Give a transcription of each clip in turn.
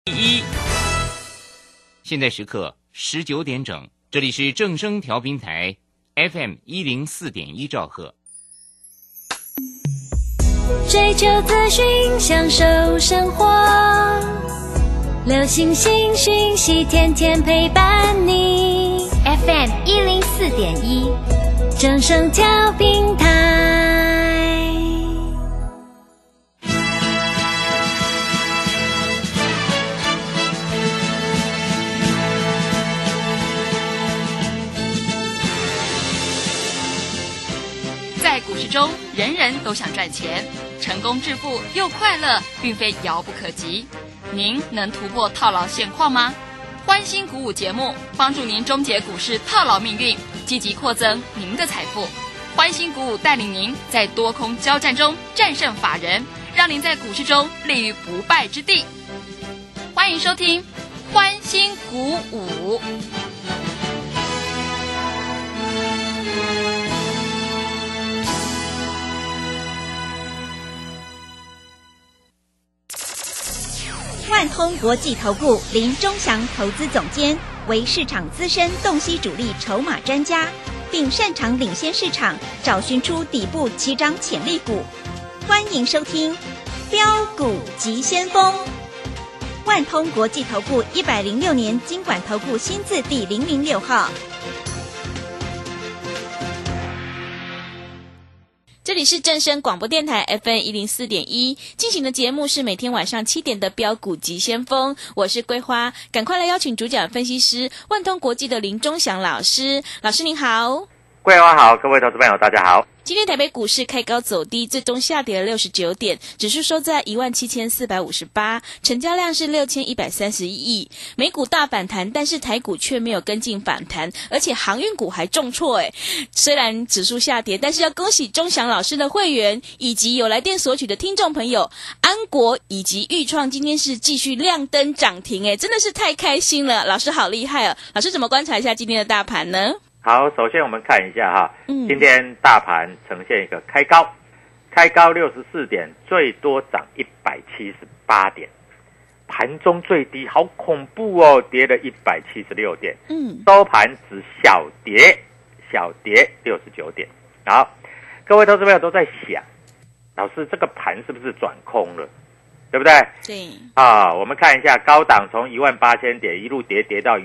一。现在时刻19点整，这里是正声调频台 FM104.1兆赫。 追求资讯，享受生活，流行新讯息，天天陪伴你。FM104.1，正声调频台。 在股市中，人人都想赚钱，成功致富又快乐，并非遥不可及。您能突破套牢现况吗？欢欣鼓舞节目帮助您终结股市套牢命运，积极扩增您的财富。欢欣鼓舞带领您在多空交战中战胜法人，让您在股市中立于不败之地。欢迎收听欢欣鼓舞。 万通国际投顾林钟祥投资总监为市场资深洞悉主力筹码专家，并擅长领先市场，找寻出底部起涨潜力股。欢迎收听标股急先锋。万通国际投顾106年金管投顾新字第006号。 这里是正声广播电台 FM104.1 进行的节目是每天晚上7点的标股急先锋，我是桂花，赶快来邀请主讲分析师万通国际的林钟祥老师。老师您好。 桂花好，各位投资朋友大家好。 今天台北股市开高走低，最终下跌了69点，指数收在17458，成交量是6131亿。美股大反弹，但是台股却没有跟进反弹，而且航运股还重挫虽然指数下跌，但是要恭喜钟祥老师的会员以及有来电索取的听众朋友，安国以及裕创今天是继续亮灯涨停真的是太开心了，老师好厉害哦。老师怎么观察一下今天的大盘呢？ 好，首先我们看一下哈，今天大盘呈现一个开高64点，最多涨178点，盘中最低好恐怖哦，跌了176点，收盘只小跌69点。好，各位投资朋友都在想，老师这个盘是不是转空了，对不对？ 对啊，我们看一下高档从18000点一路跌到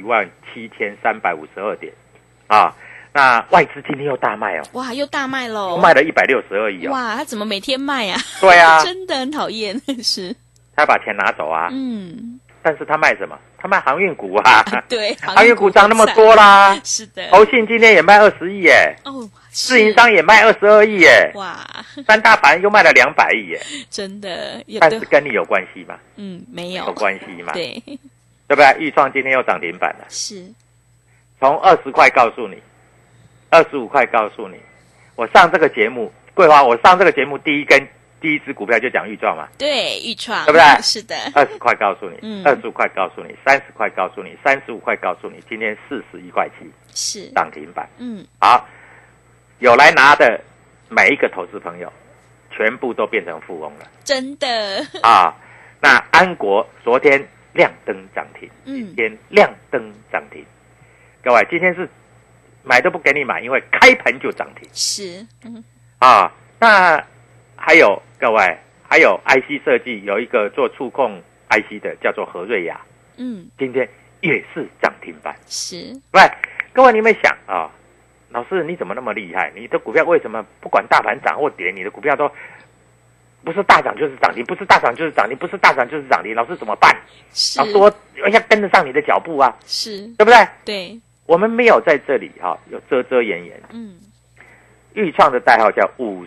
17352点。那外资今天又大卖哦， 哇，又大卖咯， 卖了162亿哦， 哇，他怎么每天卖啊？ 对啊， 真的很讨厌，是他把钱拿走啊，但是他卖什么？他卖航运股啊， 对， 航运股涨那么多啦， 是的， 投信今天也卖20亿耶，自营商也卖22亿耶， 哇， 三大盘又卖了200亿耶， 真的， 但是跟你有关系吗？ 没有关系嘛， 对不对？裕创今天又涨停板了， 是。 从20块告诉你，25块告诉你，我上这个节目，桂花，我上这个节目第一支股票就讲裕创嘛， 对，裕创， 对不对？ 是的 ，20块告诉你，25块告诉你，30块告诉你，35块告诉你，今天41块7， 是涨停板。 好， 有来拿的每一个投资朋友，全部都变成富翁了， 真的那安国昨天亮灯涨停，今天亮灯涨停。各位，今天是买都不给你买，因为开盘就涨停。 是， 那还有各位，还有 IC 设计有一个做触控 IC 的，叫做和瑞雅，今天也是涨停板。 是， 喂，各位，你们想老师你怎么那么厉害？你的股票为什么不管大盘涨或跌，你的股票都不是大涨就是涨停，不是大涨就是涨停，不是大涨就是涨停？老师怎么办？老师我要跟得上你的脚步啊， 是， 对不对？ 对。 我们没有在这里有遮遮掩掩。裕创的代号叫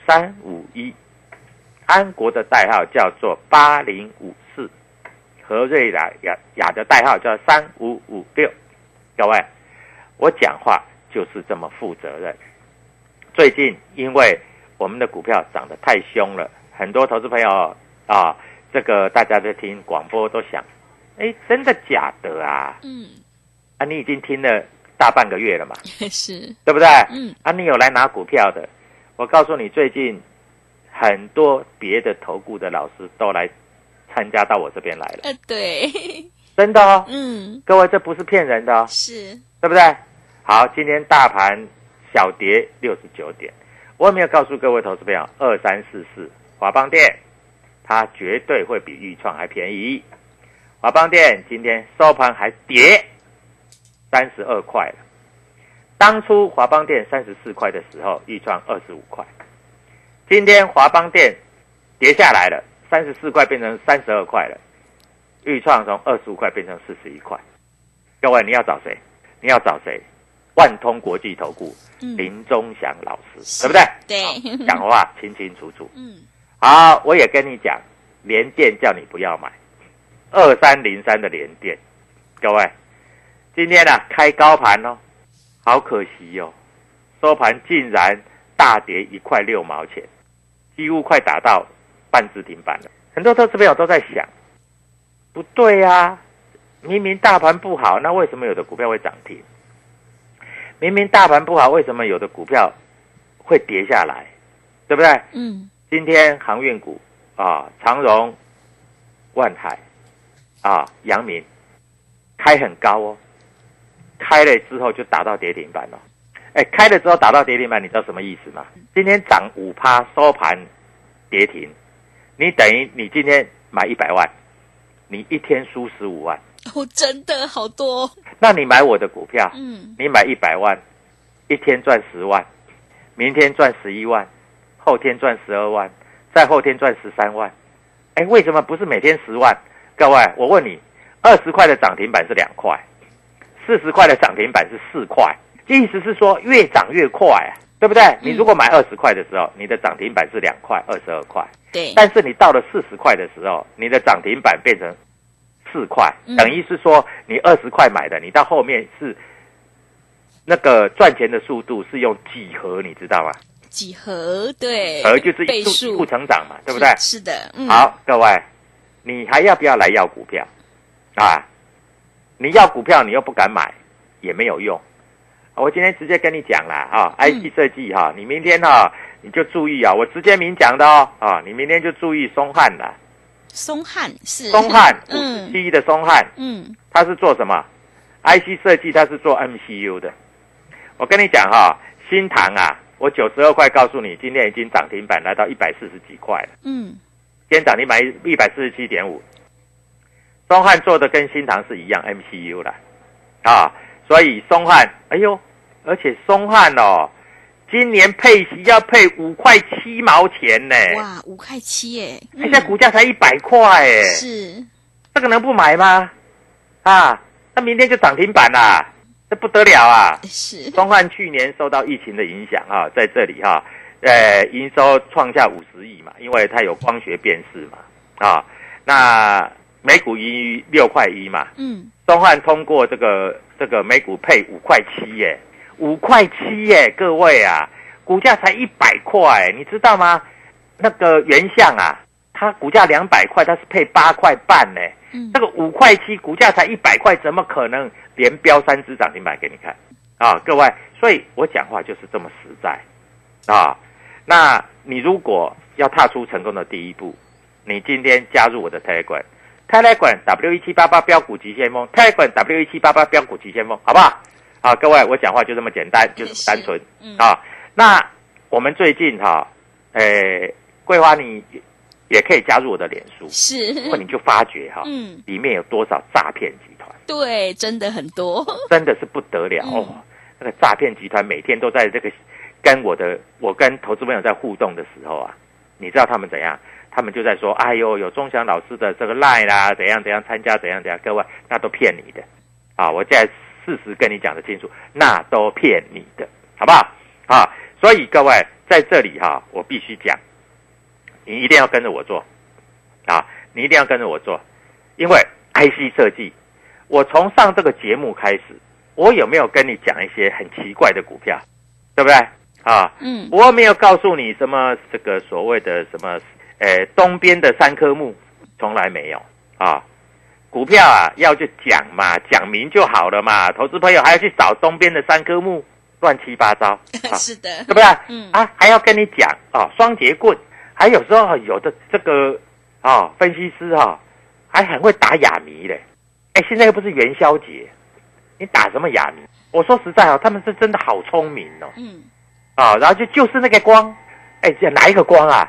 5351，安国的代号叫做8054，和瑞雅的代号叫3556。各位，我讲话就是这么负责任。最近因为我们的股票涨得太凶了，很多投资朋友这个大家在听广播都想，真的假的啊？你已经听了大半个月了嘛， 是， 对不对？你有来拿股票的，我告诉你，最近很多别的投顾的老师都来参加到我这边来了。 对， 真的哦。各位，这不是骗人的哦， 是， 对不对？好，今天大盘小跌69点，我有没有告诉各位投资朋友，2344华邦电，它绝对会比裕创还便宜。华邦电今天收盘还跌32块了。当初华邦电34块的时候，裕创25块。今天华邦电跌下来了，34块变成32块了，裕创从25块变成41块。各位，你要找谁？你要找谁？万通国际投顾林宗祥老师，对不对？ 对， 讲话清清楚楚。好，我也跟你讲，联电叫你不要买，2303的联电，各位，今天开高盘哦，好可惜哦，收盘竟然大跌1块6毛钱，几乎快打到半只停板了。很多投资朋友都在想，不对啊，明明大盘不好，那为什么有的股票会涨停？明明大盘不好，为什么有的股票会跌下来？对不对？今天航运股长荣、万海阳明开很高哦，开了之后就打到跌停板了。开了之后打到跌停板，你知道什么意思吗？今天涨 5%， 收盘跌停，你等于你今天买100万，你一天输15万。 真的好多。 那你买我的股票，你买100万，一天赚10万，明天赚11万，后天赚12万，再后天赚13万。为什么不是每天10万？各位，我问你，20块的涨停板是2块，40块的涨停板是4块，意思是说越涨越快对不对？你如果买20块的时候，你的涨停板是2块，22块。 对。 但是你到了40块的时候，你的涨停板变成4块，等于是说你20块买的，你到后面是那个赚钱的速度是用几何，你知道吗？ 几何，对， 和就是倍数负成长嘛，对不对？ 是的。 好，各位，你还要不要来要股票你要股票你又不敢买，也没有用。我今天直接跟你讲啦IC 设计你明天你就注意我直接明讲的你明天就注意松汉啦。 松汉是松汉57的松汉，它是做什么 ？IC 设计，它是做 MCU 的。我跟你讲新唐我92块告诉你，今天已经涨停板来到140几块了。今天涨停板147.5。松汉做的跟新唐是一样 MCU 啦所以松汉，而且松汉今年配息要配5块7毛钱呢！ 哇，5块7耶！ 现在股价才100块耶！ 是， 这个能不买吗？那明天就涨停板啦，这不得了是， 松汉去年受到疫情的影响在这里营收创下50亿嘛，因为它有光学辨识嘛那每股盈余6块1嘛，松汉通过这个每股配5块7耶。5块7耶，各位股价才100块，你知道吗？那个原相它股价200块，它是配8块半呢。这个5块7股价才100块，怎么可能连标3只涨停板给你看各位，所以我讲话就是这么实在那你如果要踏出成功的第一步，你今天加入我的 Telegram W1788 标股急先锋 Telegram W1788 标股急先锋，好不好？各位，我讲话就这么简单，就这么单纯那我们最近桂花你也可以加入我的脸书， 是， 你就发觉里面有多少诈骗集团？ 对，真的很多， 真的是不得了那个诈骗集团每天都在这个我跟投资朋友在互动的时候你知道他们怎样？他们就在说，有钟祥老师的这个 LINE 啦，怎样参加怎样，各位那都骗你的我现在事实跟你讲得清楚，那都骗你的，好不好所以各位在这里我必须讲，你一定要跟着我做你一定要跟着我做，因为 IC 设计，我从上这个节目开始，我有没有跟你讲一些很奇怪的股票，对不对我没有告诉你什么这个所谓的什么东边的3棵木，从来没有股票要就讲嘛，讲明就好了嘛，投资朋友还要去找东边的3棵木，乱七八糟是的， 对不对还要跟你讲双节棍，还有时候有的这个分析师还很会打哑谜嘞现在又不是元宵节，你打什么哑谜？我说实在他们是真的好聪明哦。然后就是那个光，这哪一个光啊？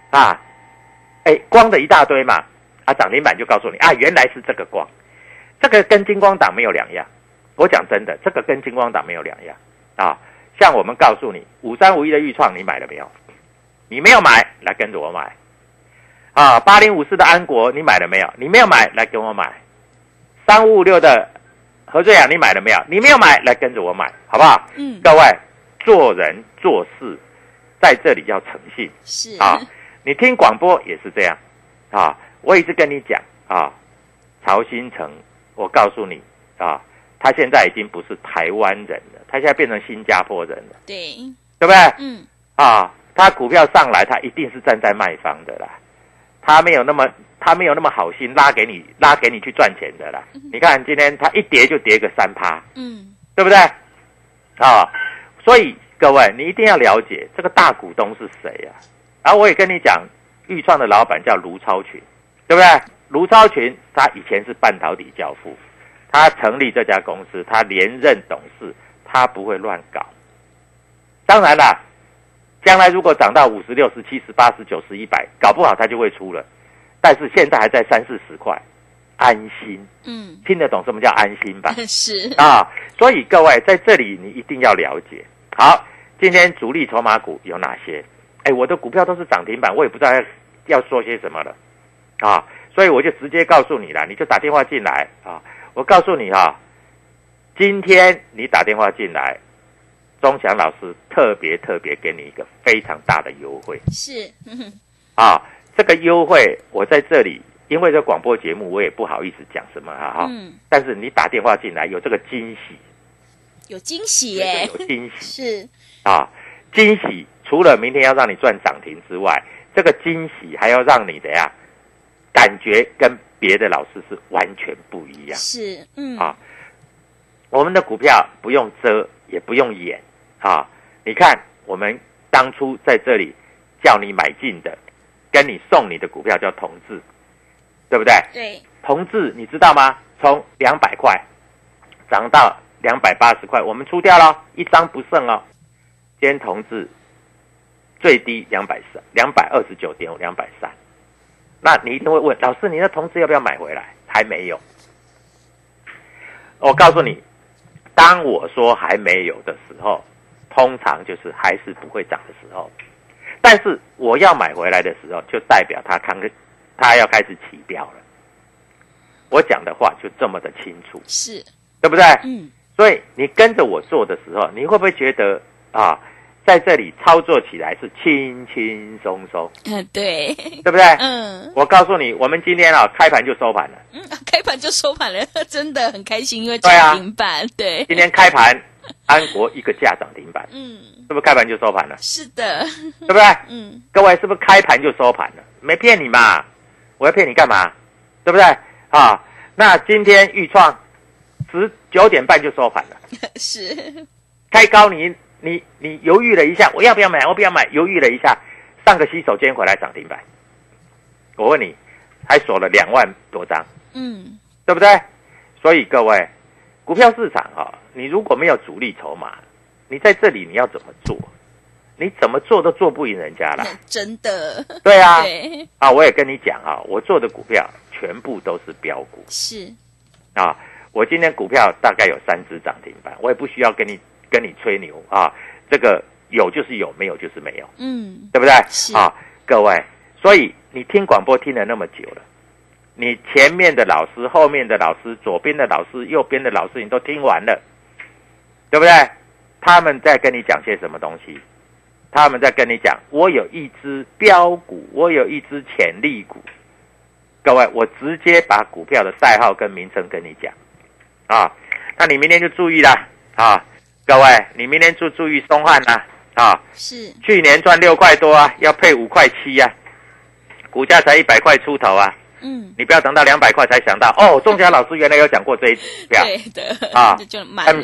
光的一大堆嘛。涨停板就告诉你原来是这个光，这个跟金光党没有两样。我讲真的，这个跟金光党没有两样像我们告诉你5351的裕创，你买了没有？你没有买，来跟着我买。8054的安国，你买了没有？你没有买，来跟我买。3556的和瑞阳，你买了没有？你没有买，来跟着我买，好不好？各位做人做事在这里要诚信， 是你听广播也是这样我一直跟你讲曹新成，我告诉你他现在已经不是台湾人了，他现在变成新加坡人了， 对不对？他股票上来，他一定是站在卖方的啦，他没有那么好心拉给你去赚钱的啦。你看今天他一跌就跌个3%，对不对？所以各位你一定要了解这个大股东是谁啊。然后我也跟你讲，裕创的老板叫卢超群，对不对？卢超群他以前是半导体教父，他成立这家公司，他连任董事，他不会乱搞。当然啦，将来如果涨到50、60、70、80、90、100，搞不好他就会出了。但是现在还在30、40块，安心。听得懂什么叫安心吧？ 是所以各位在这里你一定要了解。好，今天主力筹码股有哪些？我的股票都是涨停板，我也不知道要说些什么了所以我就直接告诉你了，你就打电话进来我告诉你今天你打电话进来，钟祥老师特别给你一个非常大的优惠。 是这个优惠我在这里，因为这广播节目我也不好意思讲什么但是你打电话进来有这个惊喜， 有惊喜耶， 有惊喜是惊喜。除了明天要让你赚涨停之外，这个惊喜还要让你的感觉跟别的老师是完全不一样。 是我们的股票不用遮也不用掩你看我们当初在这里叫你买进的，跟你送你的股票叫同志，对不对？ 对， 同志你知道吗？从200块涨到280块，我们出掉了，一张不剩哦。今天同志最低229.5，230。那你一定会问，老师，你的同志要不要买回来？还没有。我告诉你，当我说还没有的时候，通常就是还是不会涨的时候。但是我要买回来的时候，就代表它要开始起标了。我讲的话就这么的清楚， 是， 对不对？所以你跟着我做的时候，你会不会觉得在这里操作起来是轻轻松松？ 对， 对不对？我告诉你，我们今天开盘就收盘了。 开盘就收盘了，真的很开心，因为涨停板。对， 今天开盘，安国一个价涨停板。是不是开盘就收盘了？ 是的， 对不对？各位是不是开盘就收盘了？没骗你嘛，我要骗你干嘛？对不对？那今天裕创9点半就收盘了。 是， 开高你犹豫了一下，我要不要买？我不要买，犹豫了一下，上个洗手间回来涨停板。我问你，还锁了2万多张，对不对？所以各位，股票市场你如果没有主力筹码，你在这里你要怎么做？你怎么做都做不赢人家啦， 真的。 对啊，对我也跟你讲我做的股票全部都是标股。 是我今天股票大概有3只涨停板，我也不需要跟你吹牛这个有就是有，没有就是没有，对不对？各位，所以你听广播听了那么久了，你前面的老师、后面的老师、左边的老师、右边的老师，你都听完了，对不对？他们在跟你讲些什么东西？他们在跟你讲，我有一只标股，我有一只潜力股。各位，我直接把股票的代号跟名称跟你讲那你明天就注意啦各位，你明天注意松汉是去年赚6块多要配5块7股价才100块出头你不要等到200块才想到钟佳老师原来有讲过这一票。 对的就买了。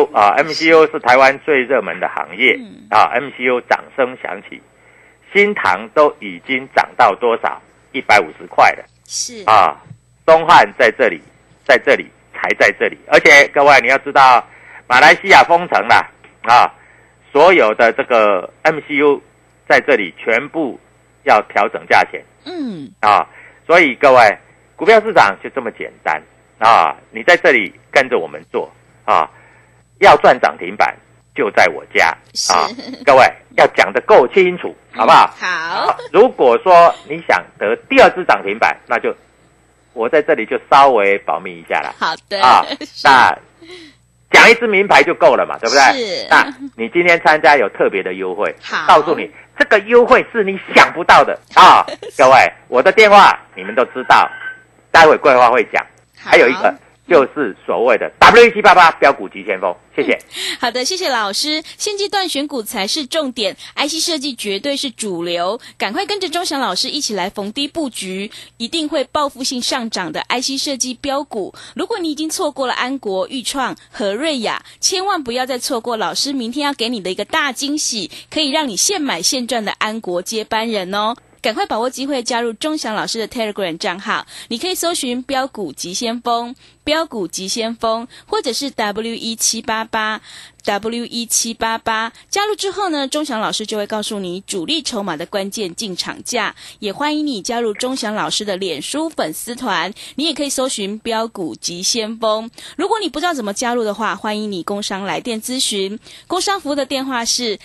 MCU 是台湾最热门的行业MCU 掌声响起，新唐都已经涨到多少？150块了。 是松汉在这里在这里才在这里，而且各位你要知道，马来西亚封城了啊，所有的这个 MCU 在这里全部要调整价钱，所以各位股票市场就这么简单啊，你在这里跟着我们做啊，要赚涨停板就在我家啊，各位要讲得够清楚，好不好？ 好。 如果说你想得第二只涨停板，那就我在这里就稍微保密一下了。 好的啊，那讲一支名牌就够了嘛，对不对？ 是。 那你今天参加有特别的优惠， 好， 告诉你这个优惠是你想不到的啊！各位，我的电话你们都知道，待会桂花会讲，还有一个就是所谓的 W1788 标股急先锋，谢谢。 好的，谢谢老师。现阶段选股才是重点 ，IC 设计绝对是主流，赶快跟着钟祥老师一起来逢低布局，一定会报复性上涨的 IC 设计标股。如果你已经错过了安国、裕创、和瑞雅，千万不要再错过老师明天要给你的一个大惊喜，可以让你现买现赚的安国接班人哦。赶快把握机会加入钟祥老师的 Telegram 账号，你可以搜寻标股急先锋、标股急先锋，或者是 W1788 W1788。加入之后呢，钟祥老师就会告诉你主力筹码的关键进场价，也欢迎你加入钟祥老师的脸书粉丝团，你也可以搜寻标股急先锋。如果你不知道怎么加入的话，欢迎你工商来电咨询，工商服务的电话是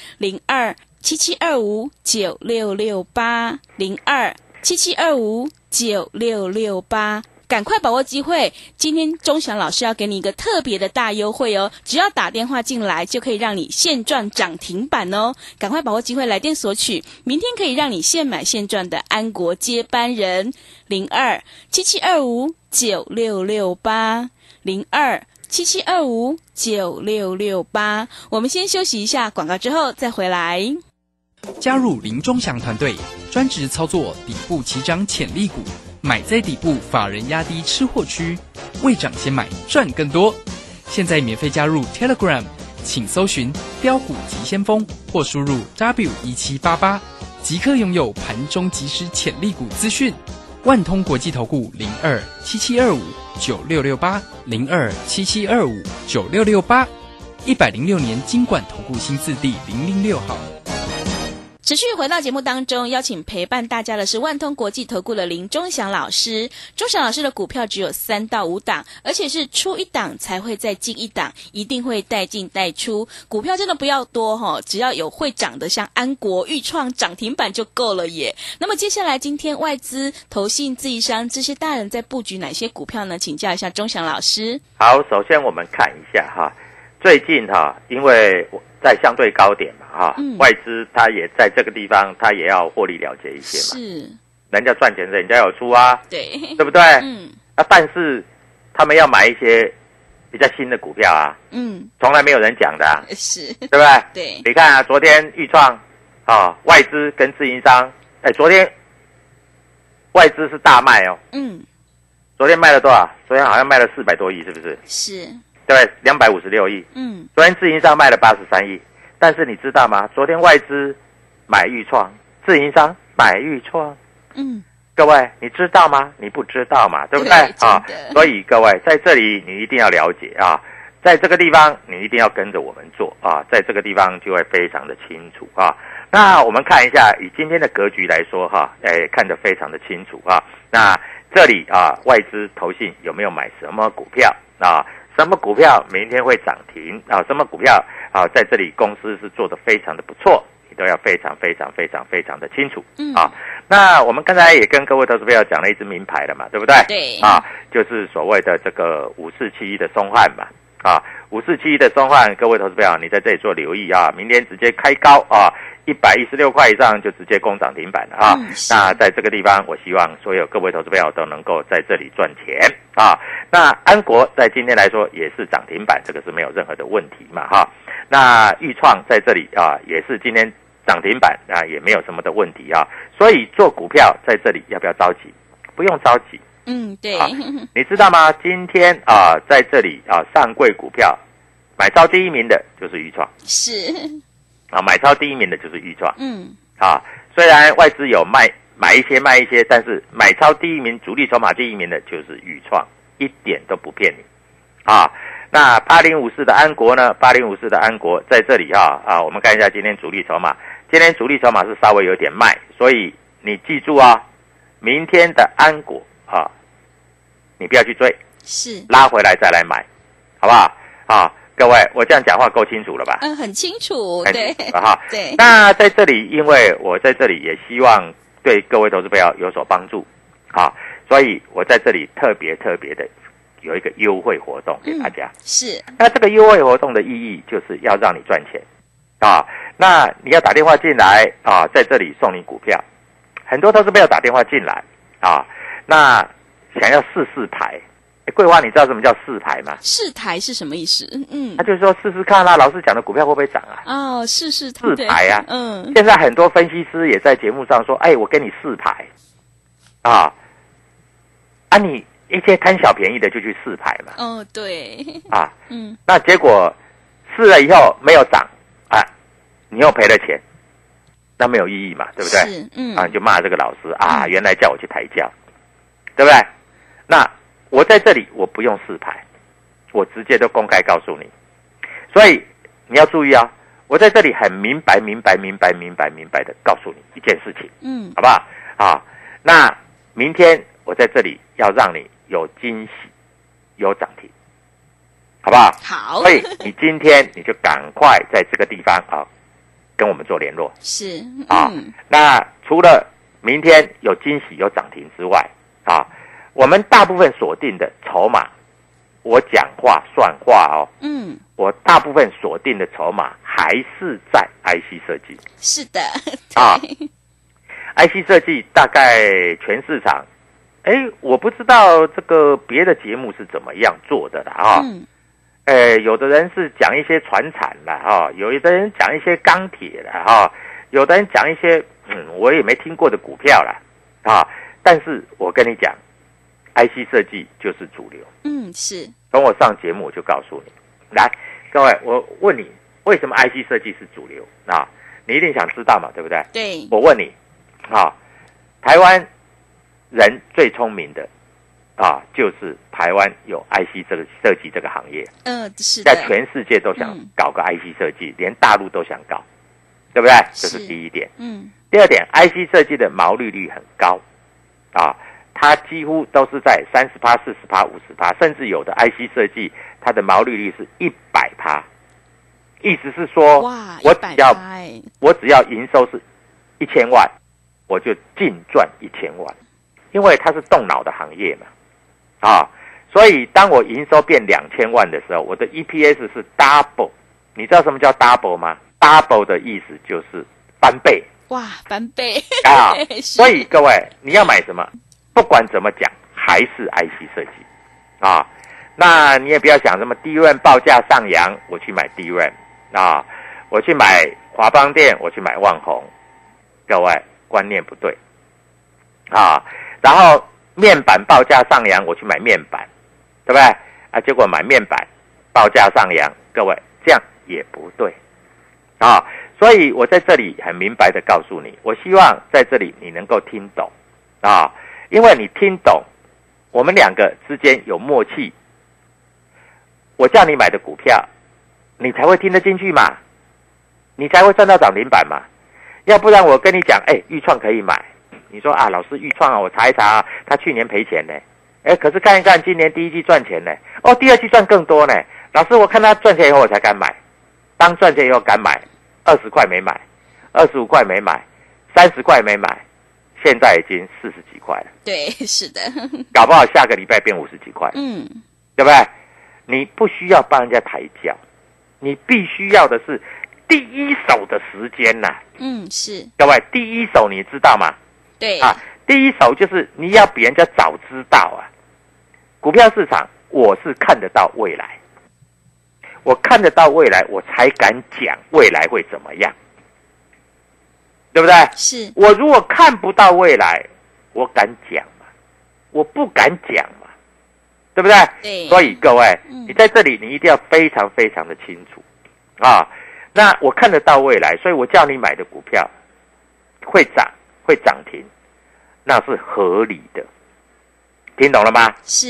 02-7725-9668 02-7725-9668，赶快把握机会！今天钟祥老师要给你一个特别的大优惠哦，只要打电话进来就可以让你现赚涨停板哦！赶快把握机会，来电索取，明天可以让你现买现赚的安国接班人02-7725-9668 02-7725-9668。我们先休息一下广告，之后再回来。 加入林钟祥团队，专职操作底部起涨潜力股，买在底部，法人压低吃货区，未涨先买赚更多。现在免费加入 Telegram， 请搜寻标股急先锋或输入 W1788， 即刻拥有盘中即时潜力股资讯。万通国际投顾02-7725-9668 02-7725-9668， 106年金管投顾新字第006号。 持续回到节目当中，邀请陪伴大家的是万通国际投顾的林钟祥老师。钟祥老师的股票只有3到5档，而且是出一档才会再进一档，一定会带进带出。股票真的不要多只要有会涨的，像安国、裕创涨停板就够了耶。那么接下来今天外资、投信、自营商这些大人在布局哪些股票呢？请教一下钟祥老师。 好，首先我们看一下最近因为在相对高点嘛外资它也在这个地方，它也要获利了结一些嘛， 是人家赚钱人家有出啊， 对不对？但是他们要买一些比较新的股票啊，从来没有人讲的是， 对不对？ 对， 你看昨天裕创外资跟自营商，昨天外资是大卖哦，昨天卖了多少？昨天好像卖了400多亿，是不是？ 是。 对，256亿。昨天自营商卖了83亿，但是你知道吗？昨天外资买裕创，自营商买裕创。各位你知道吗？你不知道嘛，对不对？所以各位在这里你一定要了解在这个地方你一定要跟着我们做在这个地方就会非常的清楚那我们看一下，以今天的格局来说看得非常的清楚那这里外资投信有没有买什么股票什么股票明天会涨停什么股票在这里公司是做得非常的不错，你都要非常非常非常非常的清楚那我们刚才也跟各位投资朋友讲了一支名牌了嘛，对不对？ 对就是所谓的这个5471的松汉嘛5471的松汉，各位投资朋友你在这里做留意明天直接开高116块以上就直接攻涨停板了那在这个地方我希望所有各位投资朋友都能够在这里赚钱那安国在今天来说也是涨停板，这个是没有任何的问题嘛那裕创在这里也是今天涨停板也没有什么的问题所以做股票在这里要不要着急？不用着急对你知道吗？今天在这里上柜股票买超第一名的就是裕创， 是买超第一名的就是裕创虽然外资有买一些卖一些，但是买超第一名主力筹码第一名的就是裕创一点都不骗你啊。那8054的安国呢？8054的安国在这里我们看一下今天主力筹码。今天主力筹码是稍微有点卖，所以你记住明天的安国你不要去追， 是拉回来再来买，好不好？各位，我这样讲话够清楚了吧？ 很清楚，对，对。 那在这里，因为我在这里也希望对各位投资朋友有所帮助，所以我在这里特别的有一个优惠活动给大家。 是。 那这个优惠活动的意义就是要让你赚钱那你要打电话进来在这里送你股票。很多投资朋友打电话进来那想要试牌。桂花，你知道什么叫试牌吗？ 试台是什么意思？ 他就是说试试看啦，老师讲的股票会不会涨试牌现在很多分析师也在节目上说，我给你试牌你一些贪小便宜的就去试牌嘛。 对。 那结果试了以后没有涨你又赔了钱，那没有意义嘛，对不对？ 是。 你就骂这个老师原来叫我去抬轿，对不对？那我在这里我不用试牌，我直接都公开告诉你，所以你要注意我在这里很明白的告诉你一件事情，好不好？那明天我在这里要让你有惊喜，有涨停，好不好？ 好。 所以你今天你就赶快在这个地方跟我们做联络， 是那除了明天有惊喜有涨停之外我们大部分锁定的筹码，我讲话算话我大部分锁定的筹码还是在 IC 设计。 是的 IC 设计大概全市场我不知道这个别的节目是怎么样做的啦有的人是讲一些传产啦有的人讲一些钢铁啦有的人讲一些我也没听过的股票啦但是我跟你讲IC 设计就是主流。 是。 从我上节目我就告诉你，来，各位，我问你，为什么 IC 设计是主流你一定想知道嘛，对不对？ 对。 我问你台湾人最聪明的就是台湾有 IC 这个设计这个行业。 是的。 在全世界都想搞个 IC 设计，连大陆都想搞，对不对？这是第一点。第二点 ，IC 设计的毛利率很高它几乎都是在30%、40%、50%，甚至有的 IC 设计它的毛利率是100%。意思是说，我只要营收是1000万，我就净赚1000万，因为它是动脑的行业嘛所以当我营收变2000万的时候，我的 EPS 是 double。你知道什么叫 double 吗？ double 的意思就是翻倍。 翻倍所以各位，你要买什么？不管怎么讲，还是 IC 设计那你也不要想什么DRAM报价上扬，我去买DRAM我去买华邦电，我去买旺宏，各位观念不对然后面板报价上扬，我去买面板，对不对结果买面板报价上扬，各位这样也不对所以我在这里很明白的告诉你，我希望在这里你能够听懂因为你听懂，我们两个之间有默契，我叫你买的股票，你才会听得进去嘛，你才会赚到涨停板嘛。要不然我跟你讲，裕创可以买，你说老师裕创我查一查他去年赔钱呢，可是看一看今年第一季赚钱呢，第二季赚更多呢。老师我看他赚钱以后我才敢买，当赚钱以后敢买，20块没买，25块没买，30块没买。现在已经40几块了， 对，是的， 搞不好下个礼拜变50几块，对不对？你不需要帮人家抬轿，你必须要的是第一手的时间是， 各位，第一手你知道吗？ 对第一手就是你要比人家早知道股票市场我是看得到未来，我看得到未来，我才敢讲未来会怎么样。对不对？ 是。 我如果看不到未来，我敢讲吗？我不敢讲嘛，对不对？ 对。 所以各位，你在这里你一定要非常非常的清楚那我看得到未来，所以我叫你买的股票会涨会涨停，那是合理的，听懂了吗？ 是。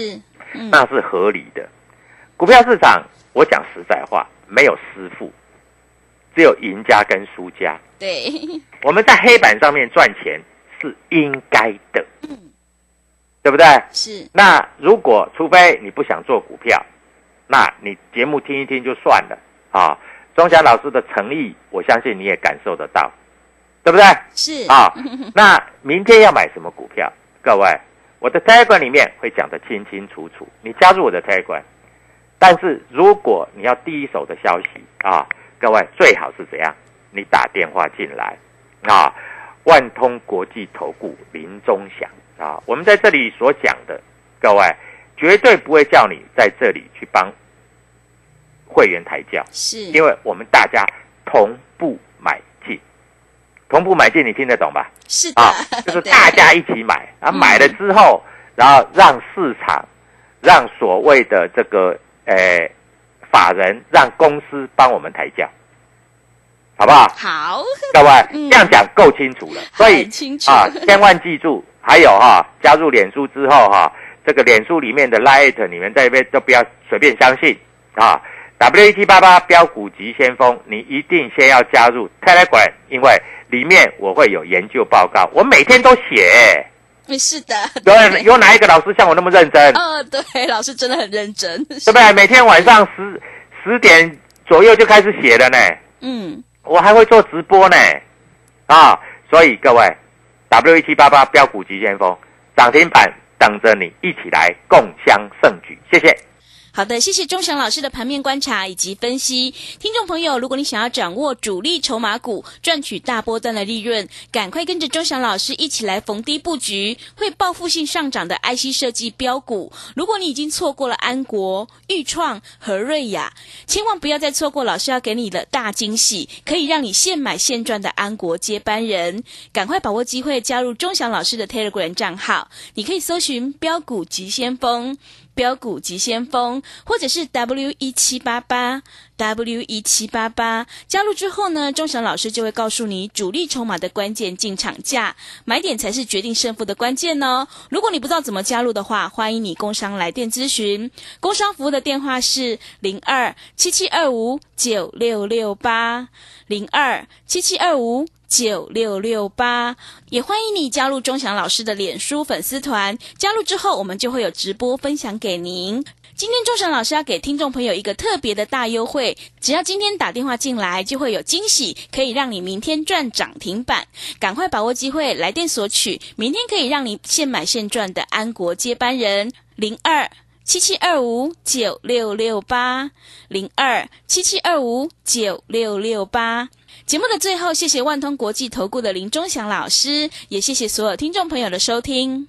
那是合理的。股票市场，我讲实在话，没有师傅，只有赢家跟输家。 对， 我们在黑板上面赚钱是应该的，对不对？ 是。 那如果除非你不想做股票，那你节目听一听就算了啊。钟祥老师的诚意，我相信你也感受得到，对不对？ 是啊。那明天要买什么股票？各位，我的 Telegram 里面会讲得清清楚楚，你加入我的 Telegram。但是如果你要第一手的消息啊，各位最好是怎样？你打电话进来啊，万通国际投顾林钟祥啊，我们在这里所讲的，各位绝对不会叫你在这里去帮会员抬轿， 是因为我们大家同步买进，同步买进你听得懂吧？ 是的， 就是大家一起买啊，买了之后，然后让市场，让所谓的这个法人，让公司帮我们抬轿，好不好？ 好， 各位，这样讲够清楚了，所以清楚千万记住，还有加入脸书之后这个脸书里面的 Lite 你们在这边都不要随便相信W1788 标股急先锋，你一定先要加入 Telegram， 因为里面我会有研究报告，我每天都写。 是的， 有哪一个老师像我那么认真？ 对，老师真的很认真， 对不对？每天晚上10点左右就开始写了呢。我还会做直播呢。所以各位 W1788 标股急先锋涨停板等着你一起来共襄盛举，谢谢。 好的，谢谢钟祥老师的盘面观察以及分析。听众朋友，如果你想要掌握主力筹码股，赚取大波段的利润，赶快跟着钟祥老师一起来逢低布局会报复性上涨的 IC 设计标股。如果你已经错过了安国、裕创和瑞雅，千万不要再错过老师要给你的大惊喜，可以让你现买现赚的安国接班人。赶快把握机会加入钟祥老师的 Telegram 账号，你可以搜寻标股急先锋，标股急先锋，或者是 W1788 W1788， 加入之后呢，钟祥老师就会告诉你主力筹码的关键进场价，买点才是决定胜负的关键哦。如果你不知道怎么加入的话，欢迎你工商来电咨询，工商服务的电话是02-7725-9668 02-7725-9668，也欢迎你加入钟祥老师的脸书粉丝团，加入之后我们就会有直播分享给您。今天钟祥老师要给听众朋友一个特别的大优惠，只要今天打电话进来就会有惊喜，可以让你明天赚涨停板，赶快把握机会来电索取，明天可以让你现买现赚的安国接班人02-7725-9668 02-7725-9668。节目的最后，谢谢万通国际投顾的林钟祥老师，也谢谢所有听众朋友的收听。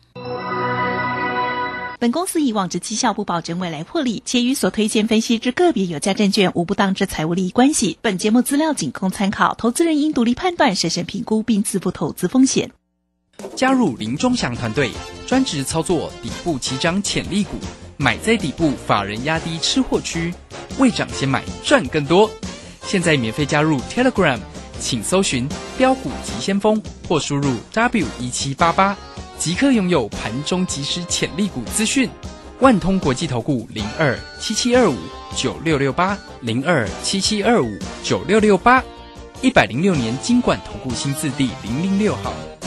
本公司以往之绩效不保证未来获利，且与所推荐分析之个别有价证券无不当之财务利益关系。本节目资料仅供参考，投资人应独立判断、审慎评估并自负投资风险。 加入林钟祥团队，专职操作底部起涨潜力股，买在底部，法人压低吃货区，未涨先买赚更多。现在免费加入 Telegram， 请搜寻标股急先锋或输入 W1788， 即刻拥有盘中即时潜力股资讯。万通国际投顾02-7725-9668 02-7725-9668，106年金管投顾新字第006号。